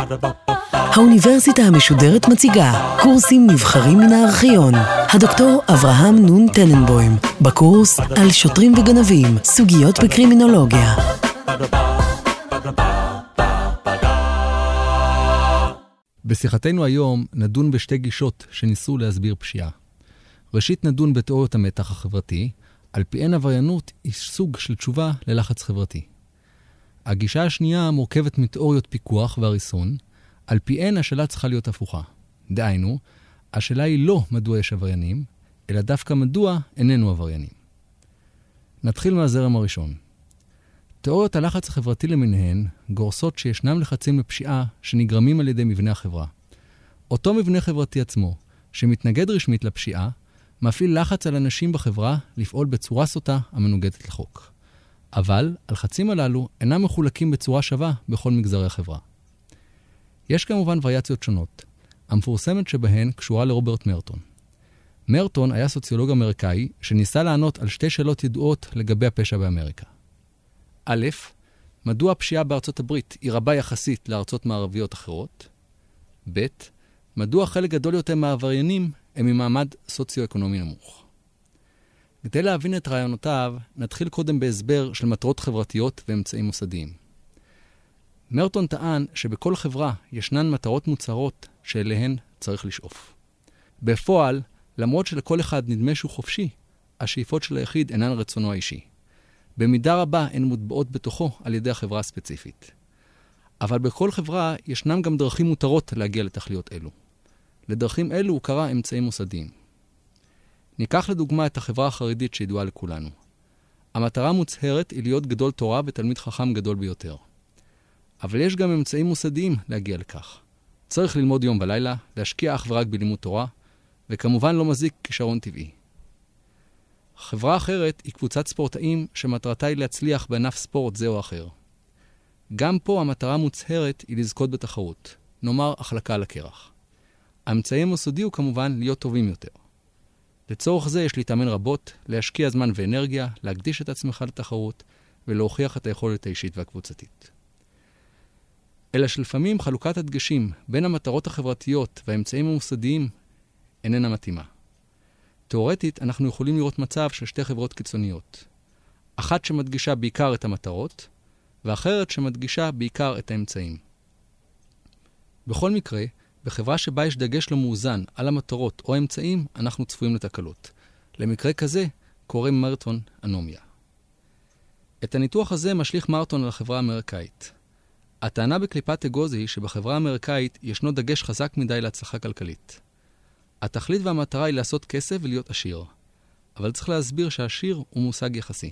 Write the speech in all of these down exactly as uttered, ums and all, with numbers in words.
האוניברסיטה המשודרת מציגה קורסים נבחרים מן הארכיון. הדוקטור אברהם נון טננבוים, בקורס על שוטרים וגנבים, סוגיות בקרימינולוגיה. בשיחתנו היום נדון בשתי גישות שניסו להסביר פשיעה. ראשית נדון בתיאוריות המתח החברתי, על פיהן עבריינות היא סוג של תשובה ללחץ חברתי. הגישה השנייה מורכבת מתיאוריות פיקוח והריסון, על פיהן השאלה צריכה להיות הפוכה. דהיינו, השאלה היא לא מדוע יש עבריינים, אלא דווקא מדוע איננו עבריינים. נתחיל מהזרם הראשון. תיאוריות הלחץ החברתי למיניהן גורסות שישנם לחצים לפשיעה שנגרמים על ידי מבנה החברה. אותו מבנה חברתי עצמו, שמתנגד רשמית לפשיעה, מפעיל לחץ על אנשים בחברה לפעול בצורה סוטה המנוגדת לחוק. אבל הלחצים הללו אינם מחולקים בצורה שווה בכל מגזרי החברה. יש כמובן וריאציות שונות. המפורסמת שבהן קשורה לרוברט מרטון. מרטון היה סוציולוג אמריקאי שניסה לענות על שתי שאלות ידועות לגבי הפשע באמריקה. א', מדוע הפשיעה בארצות הברית היא רבה יחסית לארצות מערביות אחרות? ב', מדוע חלק גדול יותר מהעבריינים הם ממעמד סוציו-אקונומי נמוך? כדי להבין את רעיונותיו, נתחיל קודם בהסבר של מטרות חברתיות ואמצעים מוסדיים. מרטון טען שבכל חברה ישנן מטרות מוצהרות שאליהן צריך לשאוף. בפועל, למרות שלכל אחד נדמה שהוא חופשי, השאיפות של היחיד אינן רצונו האישי. במידה רבה הן מוטבעות בתוכו על ידי החברה הספציפית. אבל בכל חברה ישנם גם דרכים מותרות להגיע לתכליות אלו. לדרכים אלו הוא קרא אמצעים מוסדיים. ניקח לדוגמה את החברה החרדית שידועה לכולנו. המטרה המוצהרת היא להיות גדול תורה ותלמיד חכם גדול ביותר. אבל יש גם אמצעים מוסדיים להגיע לכך. צריך ללמוד יום ולילה, להשקיע אך ורק בלימוד תורה, וכמובן לא מזיק כישרון טבעי. חברה אחרת היא קבוצת ספורטאים שמטרתה היא להצליח בענף ספורט זה או אחר. גם פה המטרה המוצהרת היא לזכות בתחרות, נאמר החלקה על הקרח. האמצעי המוסדי הוא כמובן להיות טובים יותר. לצורך זה יש להתאמן רבות, להשקיע זמן ואנרגיה, להקדיש את עצמך לתחרות, ולהוכיח את היכולת האישית והקבוצתית. אלא שלפעמים חלוקת הדגשים בין המטרות החברתיות והאמצעים המוסדיים איננה מתאימה. תיאורטית אנחנו יכולים לראות מצב של שתי חברות קיצוניות. אחת שמדגישה בעיקר את המטרות, ואחרת שמדגישה בעיקר את האמצעים. בכל מקרה, בחברה שבה יש דגש לא מאוזן על המטרות או האמצעים, אנחנו צפויים לתקלות. למקרה כזה קורא מרטון אנומיה. את הניתוח הזה משליך מרטון על החברה האמריקאית. הטענה בקליפת אגוז היא שבחברה האמריקאית ישנו דגש חזק מדי להצלחה כלכלית. התכלית והמטרה היא לעשות כסף ולהיות עשיר. אבל צריך להסביר שהעשיר הוא מושג יחסי.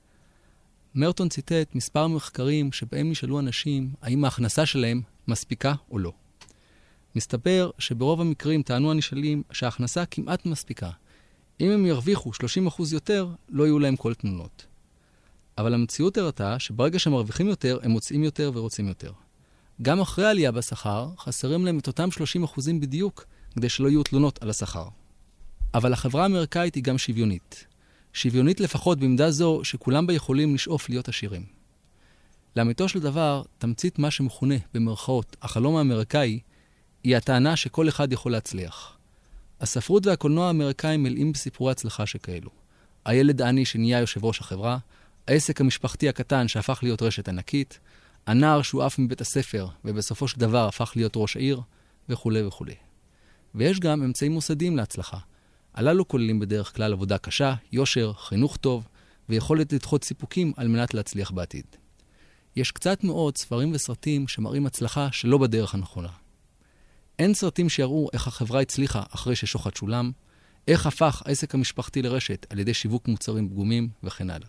מרטון ציטט מספר מחקרים שבהם נשאלו אנשים האם ההכנסה שלהם מספיקה או לא. מסתבר שברוב המקרים טענו הנשאלים שההכנסה כמעט מספיקה. אם הם ירוויחו שלושים אחוז יותר, לא יהיו להם כל תנונות. אבל המציאות הראתה שברגע שהם מרוויחים יותר, הם מוצאים יותר ורוצים יותר. גם אחרי העלייה בשכר, חסרים להם את אותם שלושים אחוזים בדיוק, כדי שלא יהיו תלונות על השכר. אבל החברה האמריקאית היא גם שוויונית. שוויונית לפחות במידה זו שכולם בה יכולים לשאוף להיות עשירים. לאמיתו של דבר, תמצית מה שמכונה במרכאות החלום האמריקאי, היא הטענה שכל אחד יכול להצליח. הספרות והקולנוע האמריקאים מלאים בסיפורי הצלחה שכאלו. הילד העני שנהיה יושב ראש החברה, העסק המשפחתי הקטן שהפך להיות רשת ענקית, הנער שהוא עף מבית הספר ובסופו של דבר הפך להיות ראש העיר, וכו' וכו'. ויש גם אמצעים מוסדיים להצלחה. הללו כוללים בדרך כלל עבודה קשה, יושר, חינוך טוב, ויכולת לדחות סיפוקים על מנת להצליח בעתיד. יש קצת מאוד ספרים וסרטים שמראים הצלחה שלא בדרך הנכונה. אין סרטים שיראו איך החברה הצליחה אחרי ששוחט שולם, איך הפך העסק המשפחתי לרשת על ידי שיווק מוצרים פגומים וכן הלאה.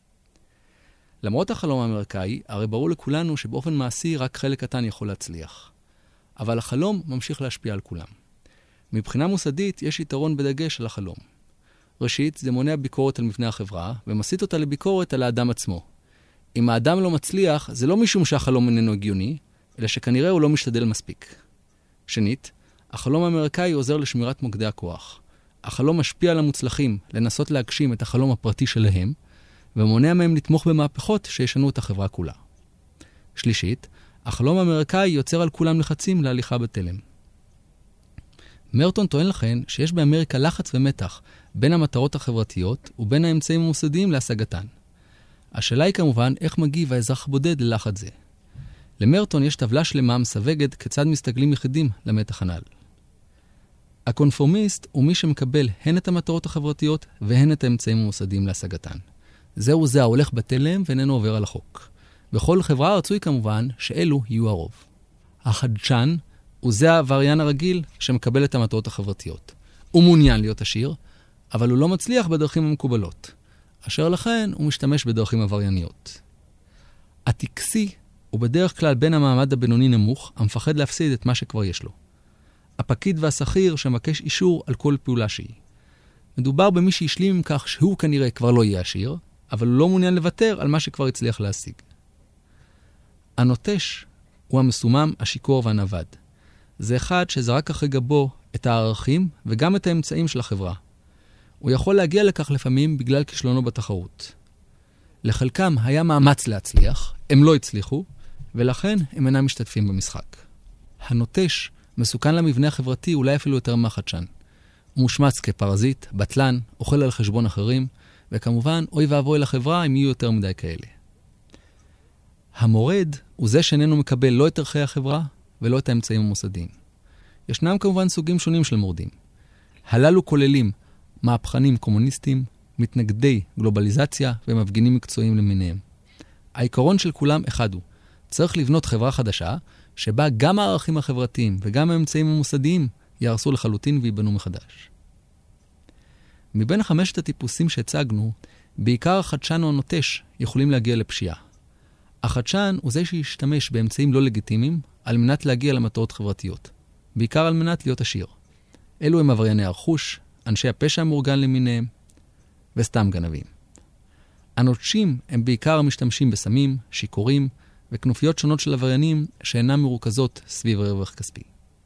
למרות החלום האמריקאי, הרי ברור לכולנו שבאופן מעשי רק חלק קטן יכול להצליח. אבל החלום ממשיך להשפיע על כולם. מבחינה מוסדית יש יתרון בדגש על החלום. ראשית, זה מונע ביקורת על מבנה החברה, ומסיט אותה לביקורת על האדם עצמו. אם האדם לא מצליח, זה לא משום שהחלום איננו הגיוני, אלא שכנראה הוא לא משתדל מספיק. שנית, החלום האמריקאי עוזר לשמירת מוקדי הכוח. החלום משפיע על המוצלחים לנסות להגשים את החלום הפרטי שלהם, ומונע מהם לתמוך במהפכות שישנו את החברה כולה. שלישית, החלום האמריקאי יוצר על כולם לחצים להליכה בתלם. מרטון טוען לכן שיש באמריקה לחץ ומתח בין המטרות החברתיות ובין האמצעים המוסדיים להשגתן. השאלה היא כמובן איך מגיב האזרח הבודד ללחץ זה. למרטון יש טבלה שלמה מסווגת כיצד מסתגלים יחידים למתח הנ"ל. הקונפורמיסט הוא מי שמקבל הן את המטרות החברתיות והן את האמצעים המוסדיים להשגתן. זהו זה ההולך בתלם ואיננו עובר על החוק. בכל חברה רצוי כמובן שאלו יהיו הרוב. החדשן הוא זה העבריין הרגיל שמקבל את המטרות החברתיות. הוא מעוניין להיות עשיר, אבל הוא לא מצליח בדרכים המקובלות, אשר לכן הוא משתמש בדרכים עברייניות. הטקסי הוא בדרך כלל בין המעמד הבינוני נמוך, המפחד להפסיד את מה שכבר יש לו. הפקיד והשכיר שמבקש אישור על כל פעולה שהיא. מדובר במי שהשלים עם כך שהוא כנראה כבר לא יהיה עשיר, אבל הוא לא מעוניין לוותר על מה שכבר הצליח להשיג. הנוטש הוא המסומם, השיקור והנווד. זה אחד שזרק אחרי גבו את הערכים וגם את האמצעים של החברה. הוא יכול להגיע לכך לפעמים בגלל כישלונו בתחרות. לחלקם היה מאמץ להצליח, הם לא הצליחו, ולכן הם אינם משתתפים במשחק. הנוטש מסוכן למבנה החברתי אולי אפילו יותר מהחדשן. הוא מושמץ כפרזיט, בטלן, אוכל על חשבון אחרים, וכמובן אוי ואבוי לחברה אם יהיו יותר מדי כאלה. המורד הוא זה שאיננו מקבל לא את ערכי החברה ולא את האמצעים המוסדיים. ישנם כמובן סוגים שונים של מורדים. הללו כוללים מהפכנים קומוניסטים, מתנגדי גלובליזציה ומפגינים מקצועיים למיניהם. העיקרון של כולם אחד הוא, צריך לבנות חברה חדשה שבה גם הערכים החברתיים וגם האמצעים המוסדיים יהרסו לחלוטין ויבנו מחדש. מבין חמשת הטיפוסים שהצגנו, בעיקר החדשן או הנוטש יכולים להגיע לפשיעה. החדשן הוא זה שישתמש באמצעים לא לגיטימיים על מנת להגיע למטרות חברתיות, בעיקר על מנת להיות עשיר. אלו הם עברייני הרכוש, אנשי הפשע המאורגן למיניהם, וסתם גנבים. הנוטשים הם בעיקר המשתמשים בסמים, שיקורים, וכנופיות שונות של עבריינים שאינם מרוכזות סביב רווח כספי.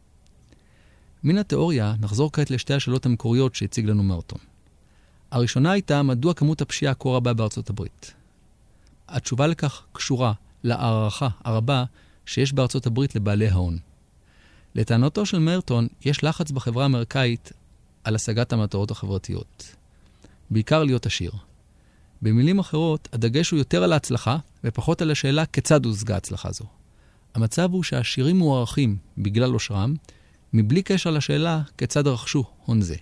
מן התיאוריה נחזור כעת לשתי השאלות המקוריות שהציג לנו מרטון. הראשונה הייתה מדוע כמות הפשיעה כה רבה בארצות הברית. התשובה לכך קשורה להערכה הרבה שיש בארצות הברית לבעלי ההון. לטענתו של מרטון יש לחץ בחברה האמריקאית על השגת המטרות החברתיות. בעיקר להיות עשיר. במילים אחרות, הדגש הוא יותר על ההצלחה ופחות על השאלה כיצד הושגה הצלחה זו. המצב הוא שהעשירים מוערכים בגלל עושרם, מבלי קשר לשאלה כיצד רכשו הון זה.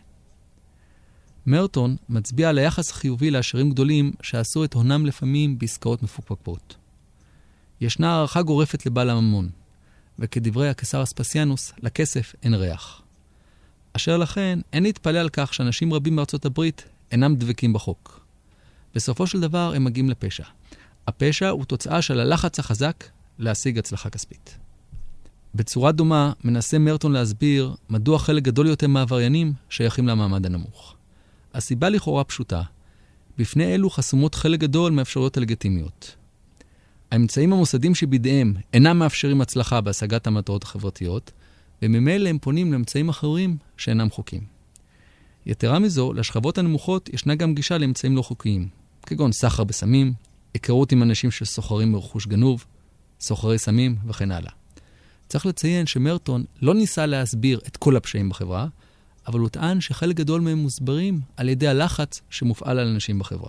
מרטון מצביע על היחס חיובי לעשירים גדולים שעשו את הונם לפעמים בעסקאות מפוקפקות. ישנה הערכה גורפת לבעל הממון, וכדברי הקיסר אספסיאנוס, לכסף אין ריח. אשר לכן, אין להתפלא על כך שאנשים רבים בארצות הברית אינם דבקים בחוק. בסופו של דבר הם מגיעים לפשע. הפשע הוא תוצאה של הלחץ החזק להשיג הצלחה כספית. בצורה דומה מנסה מרטון להסביר מדוע חלק גדול יותר מהעבריינים שייכים למעמד הנמוך. הסיבה לכאורה פשוטה. בפני אלו חסומות חלק גדול מאפשרויות הלגיטימיות. האמצעים המוסדים שבידיהם אינם מאפשרים הצלחה בהשגת המטרות החברתיות, וממילא הם פונים לאמצעים אחרים שאינם חוקיים. יתרה מזו, לשכבות הנמוכות ישנה גם גישה לאמצעים לא חוקיים, כגון סחר בסמים, היכרות עם אנשים שסוחרים ברכוש גנוב, סוחרי סמים וכן הלאה. צריך לציין שמרטון לא ניסה להסביר את כל הפשעים בחברה, אבל הוא טען שחלק גדול מהם מוסברים על ידי הלחץ שמופעל על אנשים בחברה.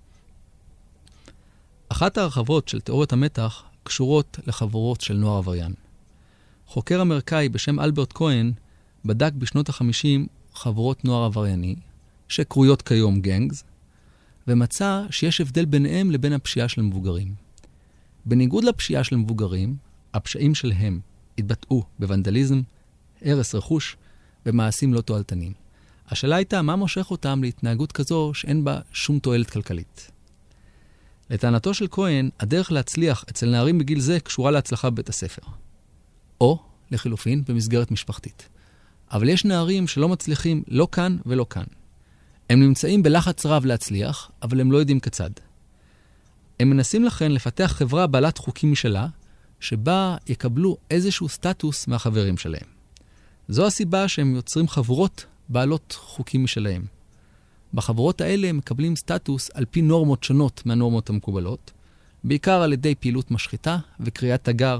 אחת הרחבות של תיאוריית המתח קשורות לחברות של נוער עבריין. חוקר אמריקאי בשם אלברט כהן בדק בשנות ה-חמישים חברות נוער עברייני, שקרויות כיום גנגס, ומצא שיש הבדל ביניהם לבין הפשיעה של מבוגרים. בניגוד לפשיעה של מבוגרים, הפשעים שלהם התבטאו בוונדליזם, הרס רכוש ומעשים לא תועלתנים. השאלה הייתה מה מושך אותם להתנהגות כזו שאין בה שום תועלת כלכלית. לטענתו של כהן, הדרך להצליח אצל נערים בגיל זה קשורה להצלחה בבית הספר. או, לחילופין, במסגרת משפחתית. אבל יש נערים שלא מצליחים לא כאן ולא כאן. הם נמצאים בלחץ רב להצליח, אבל הם לא יודעים כיצד. הם מנסים לכן לפתח חברה בעלת חוקים משלה, שבה יקבלו איזשהו סטטוס מהחברים שלהם. זו הסיבה שהם יוצרים חבורות בעלות חוקים משלהם. בחבורות האלה הם מקבלים סטטוס על פי נורמות שונות מהנורמות המקובלות, בעיקר על ידי פעילות משחיתה וקריאת תגר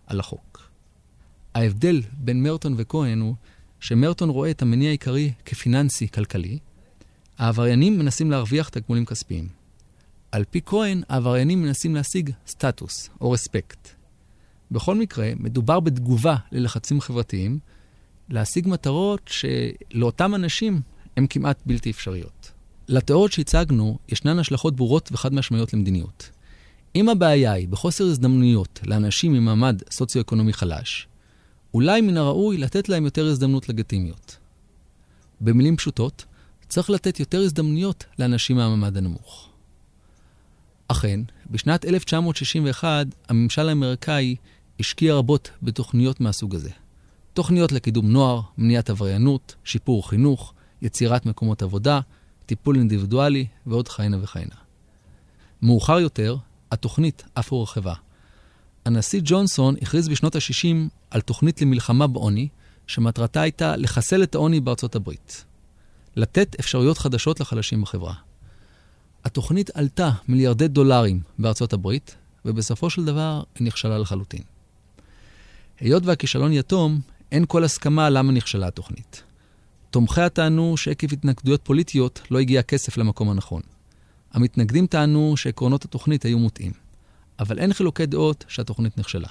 על החוק. ההבדל בין מרטון וכהן הוא שמרטון רואה את המניע העיקרי כפיננסי-כלכלי, העבריינים מנסים להרוויח תגמולים כספיים. על פי כהן, העבריינים מנסים להשיג סטטוס או רספקט. בכל מקרה, מדובר בתגובה ללחצים חברתיים, להשיג מטרות שלאותם אנשים הן כמעט בלתי אפשריות. לתיאוריות שהצגנו, ישנן השלכות ברורות וחד משמעיות למדיניות. אם הבעיה היא בחוסר הזדמנויות לאנשים ממעמד סוציו-אקונומי חלש, אולי מן הראוי לתת להם יותר הזדמנות לגיטימיות. במילים פשוטות, צריך לתת יותר הזדמנויות לאנשים מהמעמד הנמוך. אכן, בשנת אלף תשע מאות שישים ואחת, הממשל האמריקאי השקיע רבות בתוכניות מהסוג הזה. תוכניות לקידום נוער, מניעת עבריינות, שיפור חינוך, יצירת מקומות עבודה, טיפול אינדיבידואלי ועוד כהנה וכהנה. מאוחר יותר, התוכנית אף הורחבה. הנשיא ג'ונסון הכריז בשנות ה-שישים על תוכנית למלחמה בעוני, שמטרתה הייתה לחסל את העוני בארצות הברית. לתת אפשרויות חדשות לחלשים בחברה. התוכנית עלתה מיליארדי דולרים בארצות הברית, ובסופו של דבר היא נכשלה לחלוטין. היות והכישלון יתום, אין כל הסכמה למה נכשלה התוכנית. תומכיה טענו שעקב התנגדויות פוליטיות לא הגיע כסף למקום הנכון. המתנגדים טענו שעקרונות התוכנית היו מוטעים, אבל אין חילוקי דעות שהתוכנית נכשלה.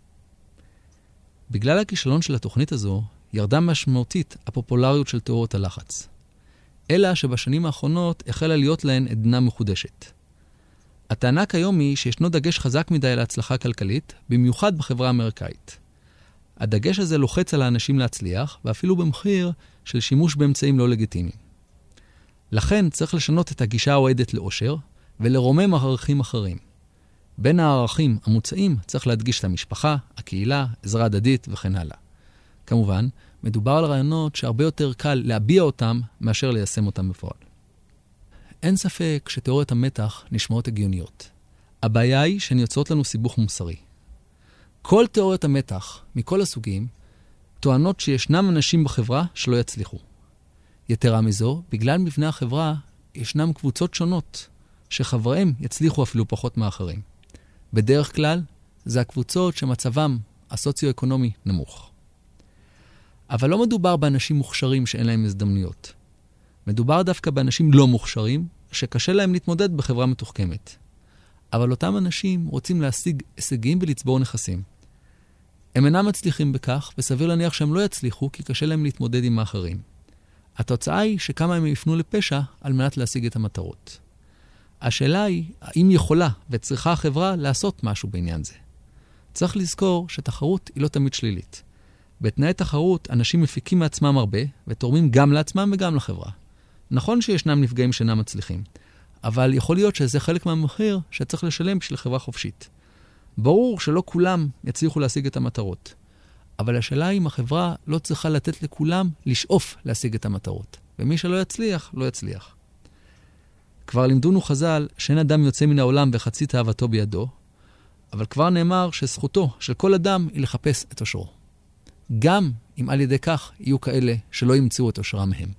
בגלל הכישלון של התוכנית הזו, ירדה משמעותית הפופולריות של תיאוריות הלחץ. אלא שבשנים האחרונות החלה להיות להן עדנה מחודשת. הטענה כיום היא שישנו דגש חזק מדי על ההצלחה הכלכלית, במיוחד בחברה האמריקאית. הדגש הזה לוחץ על האנשים להצליח, ואפילו במחיר של שימוש באמצעים לא לגיטימיים. לכן צריך לשנות את הגישה האוהדת לאושר, ולרומם ערכים אחרים. בין הערכים המוצעים צריך להדגיש את המשפחה, הקהילה, עזרה הדדית וכן הלאה. כמובן, מדובר על רעיונות שהרבה יותר קל להביע אותם מאשר ליישם אותם בפועל. אין ספק שתיאוריות המתח נשמעות הגיוניות. הבעיה היא שהן יוצאות לנו סיבוך מוסרי. כל תיאוריות המתח, מכל הסוגים, טוענות שישנם אנשים בחברה שלא יצליחו. יתרה מזו, בגלל מבנה החברה, ישנם קבוצות שונות שחבריהם יצליחו אפילו פחות מאחרים. בדרך כלל, זה הקבוצות שמצבם הסוציו-אקונומי נמוך. אבל לא מדובר באנשים מוכשרים שאין להם הזדמנויות. מדובר דווקא באנשים לא מוכשרים, שקשה להם להתמודד בחברה מתוחכמת. אבל אותם אנשים רוצים להשיג הישגים ולצבור נכסים. הם אינם מצליחים בכך, וסביר להניח שהם לא יצליחו, כי קשה להם להתמודד עם האחרים. התוצאה היא שכמה הם יפנו לפשע על מנת להשיג את המטרות. השאלה היא, האם יכולה וצריכה החברה לעשות משהו בעניין זה? צריך לזכור שתחרות היא לא תמיד שלילית. בתנאי תחרות, אנשים מפיקים מעצמם הרבה, ותורמים גם לעצמם וגם לחברה. נכון שישנם נפגעים שאינם מצליחים, אבל יכול להיות שזה חלק מהמחיר שצריך לשלם בשביל חברה חופשית. ברור שלא כולם יצליחו להשיג את המטרות, אבל השאלה היא אם החברה לא צריכה לתת לכולם לשאוף להשיג את המטרות, ומי שלא יצליח, לא יצליח. כבר לימדונו חז"ל שאין אדם יוצא מן העולם וחצי תאוותו בידו, אבל כבר נאמר שזכותו של כל אדם היא לחפש את אושרו. גם אם על ידי כך יהיו כאלה שלא ימצאו את אושרם מהם.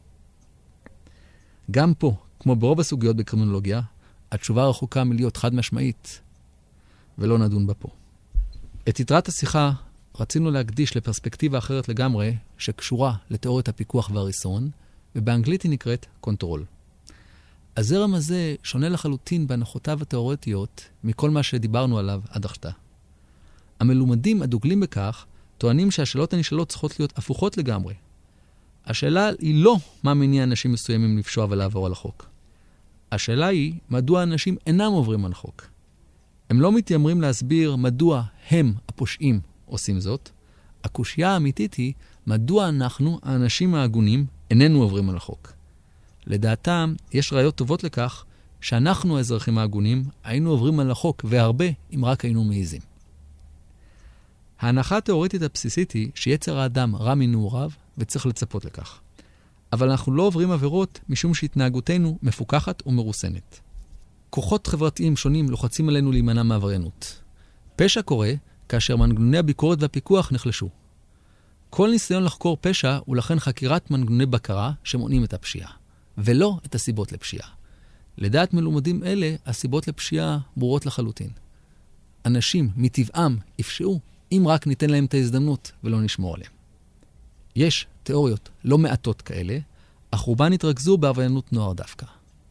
גם פה, כמו ברוב הסוגיות בקרימינולוגיה, התשובה רחוקה מלהיות חד משמעית, ולא נדון בה פה. את יתרת השיחה רצינו להקדיש לפרספקטיבה אחרת לגמרי, שקשורה לתיאוריית הפיקוח והריסון, ובאנגלית היא נקראת קונטרול. הזרם הזה שונה לחלוטין בהנחותיו התיאורטיות מכל מה שדיברנו עליו עד עכשיו. המלומדים הדוגלים בכך טוענים שהשאלות הנשאלות צריכות להיות הפוכות לגמרי. השאלה היא לא מה מניע אנשים מסוימים לפשוע ולעבור על החוק. השאלה היא מדוע אנשים אינם עוברים על החוק. הם לא מתיימרים להסביר מדוע הם, הפושעים, עושים זאת. הקושיה האמיתית היא מדוע אנחנו, האנשים ההגונים, איננו עוברים על החוק. לדעתם, יש ראיות טובות לכך שאנחנו, האזרחים ההגונים, היינו עוברים על החוק והרבה אם רק היינו מעיזים. ההנחה התיאורטית הבסיסית היא שיצר האדם רע מנעוריו וצריך לצפות לכך. אבל אנחנו לא עוברים עבירות משום שהתנהגותנו מפוקחת ומרוסנת. כוחות חברתיים שונים לוחצים עלינו להימנע מעבריינות. פשע קורה כאשר מנגנוני הביקורת והפיקוח נחלשו. כל ניסיון לחקור פשע הוא לכן חקירת מנגנוני בקרה שמונעים את הפשיעה, ולא את הסיבות לפשיעה. לדעת מלומדים אלה, הסיבות לפשיעה ברורות לחלוטין. אנשים מטבעם יפשעו אם רק ניתן להם את ההזדמנות ולא נשמור עליהם. יש תיאוריות לא מעטות כאלה, אך רובן התרכזו בעבריינות נוער דווקא.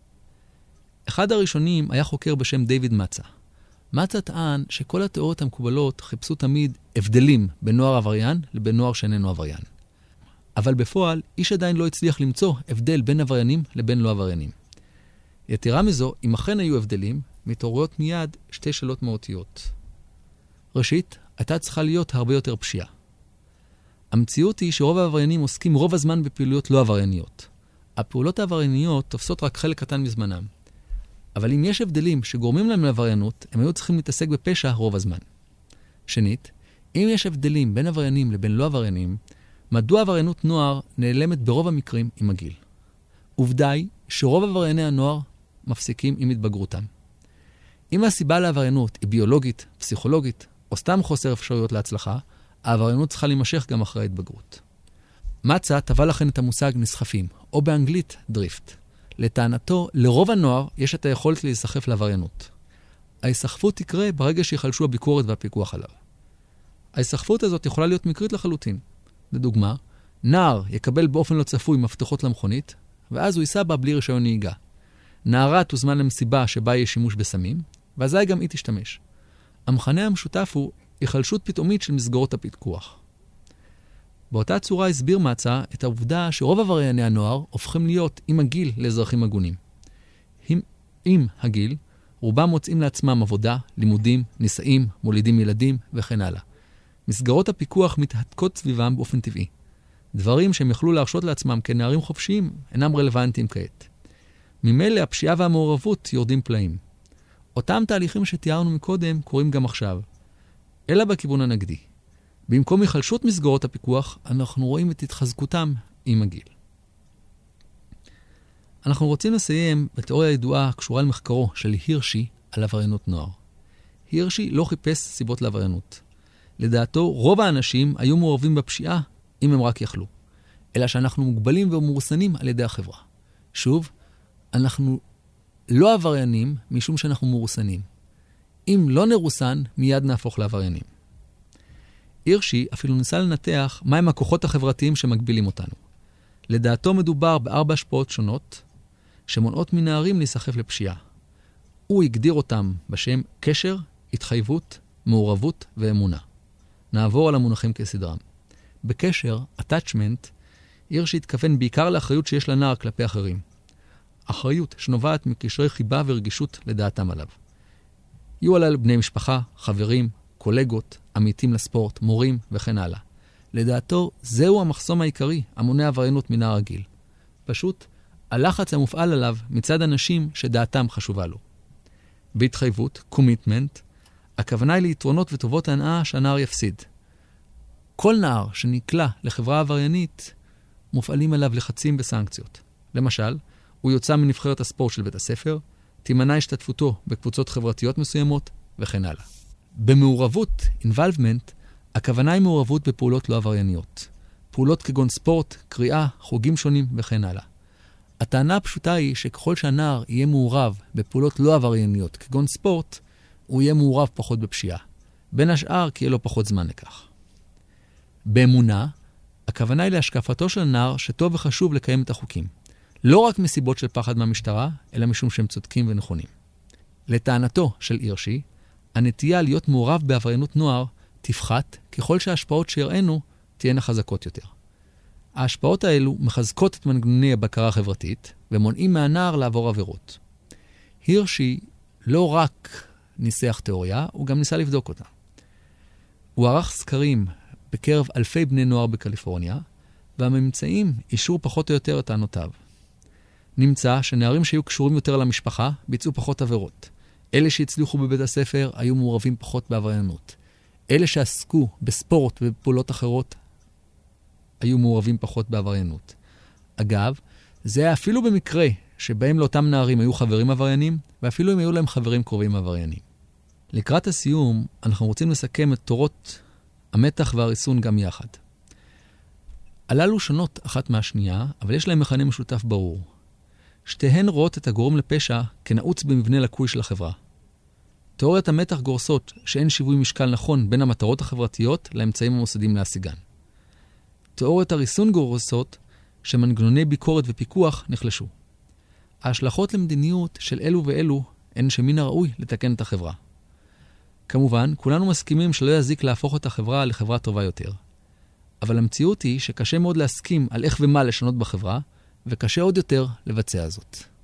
אחד הראשונים היה חוקר בשם דיוויד מצא. מצא טען שכל התיאוריות המקובלות חיפשו תמיד הבדלים בין נוער עבריין לבין נוער שאיננו עבריין. אבל בפועל, איש עדיין לא הצליח למצוא הבדל בין עבריינים לבין לא עבריינים. יתרה מזו, אם אכן היו הבדלים, מתעוררות מיד שתי שאלות מהותיות. ראשית, הייתה צריכה להיות הרבה יותר פשיעה. המציאות היא שרוב העבריינים עוסקים רוב הזמן בפעילויות לא עברייניות. הפעולות העברייניות תופסות רק חלק קטן מזמנם. אבל אם יש הבדלים שגורמים להם לעבריינות, הם היו צריכים להתעסק בפשע רוב הזמן. שנית, אם יש הבדלים בין עבריינים לבין לא עבריינים, מדוע עבריינות נוער נעלמת ברוב המקרים עם הגיל? עובדה היא שרוב עברייני הנוער מפסיקים עם התבגרותם. אם הסיבה לעבריינות היא ביולוגית, פסיכולוגית, או סתם חוסר אפשרויות להצלחה, העבריינות צריכה להימשך גם אחרי ההתבגרות. מצא טבע לכן את המושג נסחפים, או באנגלית דריפט. לטענתו, לרוב הנוער יש את היכולת להיסחף לעבריינות. ההיסחפות תקרה ברגע שיחלשו הביקורת והפיקוח עליו. ההיסחפות הזאת יכולה להיות מקרית לחלוטין. לדוגמה, נער יקבל באופן לא צפוי מפתחות למכונית, ואז הוא ייסע בה בלי רישיון נהיגה. נערה תוזמן למסיבה שבה יש שימוש בסמים, ואזי גם היא תשתמש. המכנה המשותף הוא היחלשות פתאומית של מסגרות הפיקוח. באותה צורה הסביר מצא את העובדה שרוב עברייני הנוער הופכים להיות עם הגיל לאזרחים הגונים. עם, עם הגיל, רובם מוצאים לעצמם עבודה, לימודים, נישאים, מולידים ילדים וכן הלאה. מסגרות הפיקוח מתהדקות סביבם באופן טבעי. דברים שהם יכלו להרשות לעצמם כנערים חופשיים אינם רלוונטיים כעת. ממילא הפשיעה והמעורבות יורדים פלאים. אותם תהליכים שתיארנו מקודם קורים גם עכשיו, אלא בכיוון הנגדי. במקום היחלשות מסגרות הפיקוח, אנחנו רואים את התחזקותם עם הגיל. אנחנו רוצים לסיים בתיאוריה הידועה הקשורה למחקרו של הירשי על עבריינות נוער. הירשי לא חיפש סיבות לעבריינות. לדעתו, רוב האנשים היו מעורבים בפשיעה אם הם רק יכלו. אלא שאנחנו מוגבלים ומורסנים על ידי החברה. שוב, אנחנו לא עבריינים משום שאנחנו מורסנים. אם לא נרוסן, מיד נהפוך לעבריינים. הירשי אפילו ניסה לנתח מהם הכוחות החברתיים שמגבילים אותנו. לדעתו מדובר בארבע השפעות שונות שמונעות מנערים להיסחף לפשיעה. הוא הגדיר אותם בשם קשר, התחייבות, מעורבות ואמונה. נעבור על המונחים כסדרם. בקשר, attachment, הירשי התכוון בעיקר לאחריות שיש לנער כלפי אחרים. אחריות שנובעת מקשרי חיבה ורגישות לדעתם עליו. יהיו עליו בני משפחה, חברים, קולגות, עמיתים לספורט, מורים וכן הלאה. לדעתו, זהו המחסום העיקרי המונע עבריינות מנער הגיל. פשוט, הלחץ המופעל עליו מצד אנשים שדעתם חשובה לו. בהתחייבות, commitment, הכוונה היא ליתרונות וטובות ההנאה שהנער יפסיד. כל נער שנקלע לחברה עבריינית, מופעלים עליו לחצים וסנקציות. למשל, הוא יוצא מנבחרת הספורט של בית הספר, תימנע השתתפותו בקבוצות חברתיות מסוימות וכן הלאה. במעורבות, involvement, הכוונה היא מעורבות בפעולות לא עברייניות. פעולות כגון ספורט, קריאה, חוגים שונים וכן הלאה. הטענה הפשוטה היא שככל שהנער יהיה מעורב בפעולות לא עברייניות כגון ספורט, הוא יהיה מעורב פחות בפשיעה. בין השאר כי יהיה לו פחות זמן לכך. באמונה, הכוונה היא להשקפתו של הנער שטוב וחשוב לקיים את החוקים. לא רק מסיבות של פחד מהמשטרה, אלא משום שהם צודקים ונכונים. לטענתו של הירשי, הנטייה להיות מעורב בעבריינות נוער תפחת ככל שההשפעות שיראינו תהיינה חזקות יותר. ההשפעות האלו מחזקות את מנגנוני הבקרה החברתית ומונעים מהנער לעבור עבירות. הירשי לא רק ניסח תיאוריה, הוא גם ניסה לבדוק אותה. הוא ערך סקרים בקרב אלפי בני נוער בקליפורניה, והממצאים אישרו פחות או יותר את טענותיו. נמצא שנערים שהיו קשורים יותר למשפחה ביצעו פחות עבירות. אלה שהצליחו בבית הספר היו מעורבים פחות בעבריינות. אלה שעסקו בספורט ובפעולות אחרות היו מעורבים פחות בעבריינות. אגב, זה היה אפילו במקרה שבהם לאותם נערים היו חברים עבריינים, ואפילו אם היו להם חברים קרובים עבריינים. לקראת הסיום, אנחנו רוצים לסכם את תורות המתח והריסון גם יחד. הללו שונות אחת מהשנייה, אבל יש להם מכנה משותף ברור. שתיהן רואות את הגורם לפשע כנעוץ במבנה לקוי של החברה. תיאוריית המתח גורסות שאין שיווי משקל נכון בין המטרות החברתיות לאמצעים המוסדים להשיגן. תיאוריית הריסון גורסות שמנגנוני ביקורת ופיקוח נחלשו. ההשלכות למדיניות של אלו ואלו הן שמן הראוי לתקן את החברה. כמובן, כולנו מסכימים שלא יזיק להפוך את החברה לחברה טובה יותר. אבל המציאות היא שקשה מאוד להסכים על איך ומה לשנות בחברה, וקשה עוד יותר לבצע זאת.